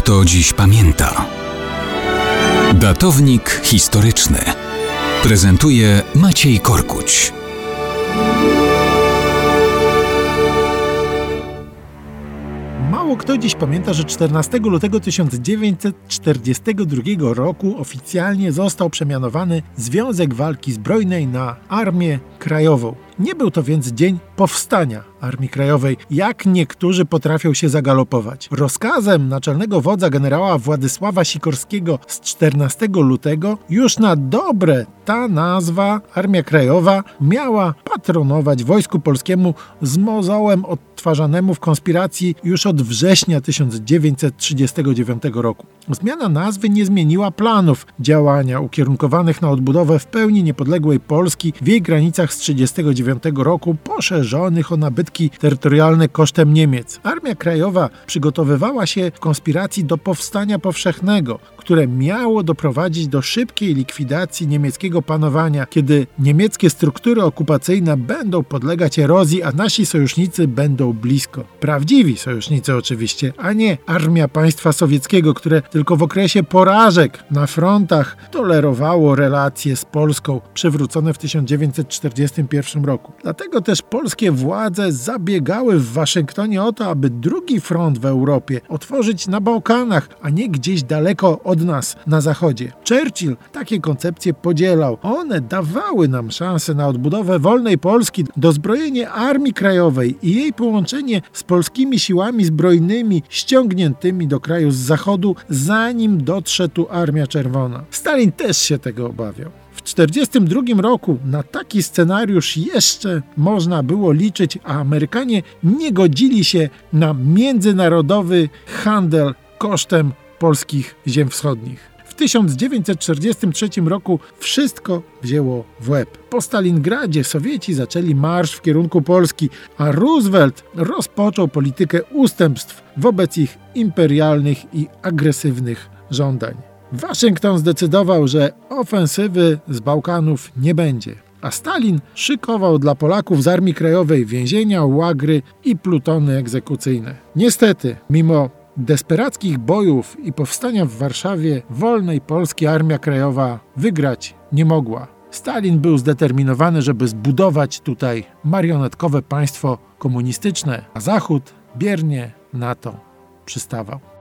kto dziś pamięta. Datownik historyczny prezentuje Maciej Korkuć. Mało kto dziś pamięta, że 14 lutego 1942 roku oficjalnie został przemianowany Związek Walki Zbrojnej na Armię Krajową. Nie był to więc dzień powstania Armii Krajowej, jak niektórzy potrafią się zagalopować. Rozkazem naczelnego wodza generała Władysława Sikorskiego z 14 lutego już na dobre ta nazwa Armia Krajowa miała patronować wojsku polskiemu z mozołem odtwarzanemu w konspiracji już od września 1939 roku. Zmiana nazwy nie zmieniła planów działania ukierunkowanych na odbudowę w pełni niepodległej Polski w jej granicach z 1939 roku, poszerzonych o nabytki terytorialne kosztem Niemiec. Armia Krajowa przygotowywała się w konspiracji do powstania powszechnego, które miało doprowadzić do szybkiej likwidacji niemieckiego panowania, kiedy niemieckie struktury okupacyjne będą podlegać erozji, a nasi sojusznicy będą blisko. Prawdziwi sojusznicy oczywiście, a nie armia państwa sowieckiego, które tylko w okresie porażek na frontach tolerowało relacje z Polską przywrócone w 1941 roku. Dlatego też polskie władze zabiegały w Waszyngtonie o to, aby drugi front w Europie otworzyć na Bałkanach, a nie gdzieś daleko od nas na zachodzie. Churchill takie koncepcje podzielał. One dawały nam szansę na odbudowę wolnej Polski, dozbrojenie Armii Krajowej i jej połączenie z polskimi siłami zbrojnymi ściągniętymi do kraju z zachodu, zanim dotrze tu Armia Czerwona. Stalin też się tego obawiał. W 1942 roku na taki scenariusz jeszcze można było liczyć, a Amerykanie nie godzili się na międzynarodowy handel kosztem polskich ziem wschodnich. W 1943 roku wszystko wzięło w łeb. Po Stalingradzie Sowieci zaczęli marsz w kierunku Polski, a Roosevelt rozpoczął politykę ustępstw wobec ich imperialnych i agresywnych żądań. Waszyngton zdecydował, że ofensywy z Bałkanów nie będzie, a Stalin szykował dla Polaków z Armii Krajowej więzienia, łagry i plutony egzekucyjne. Niestety, mimo desperackich bojów i powstania w Warszawie, wolnej Polskiej Armia Krajowa wygrać nie mogła. Stalin był zdeterminowany, żeby zbudować tutaj marionetkowe państwo komunistyczne, a Zachód biernie na to przystawał.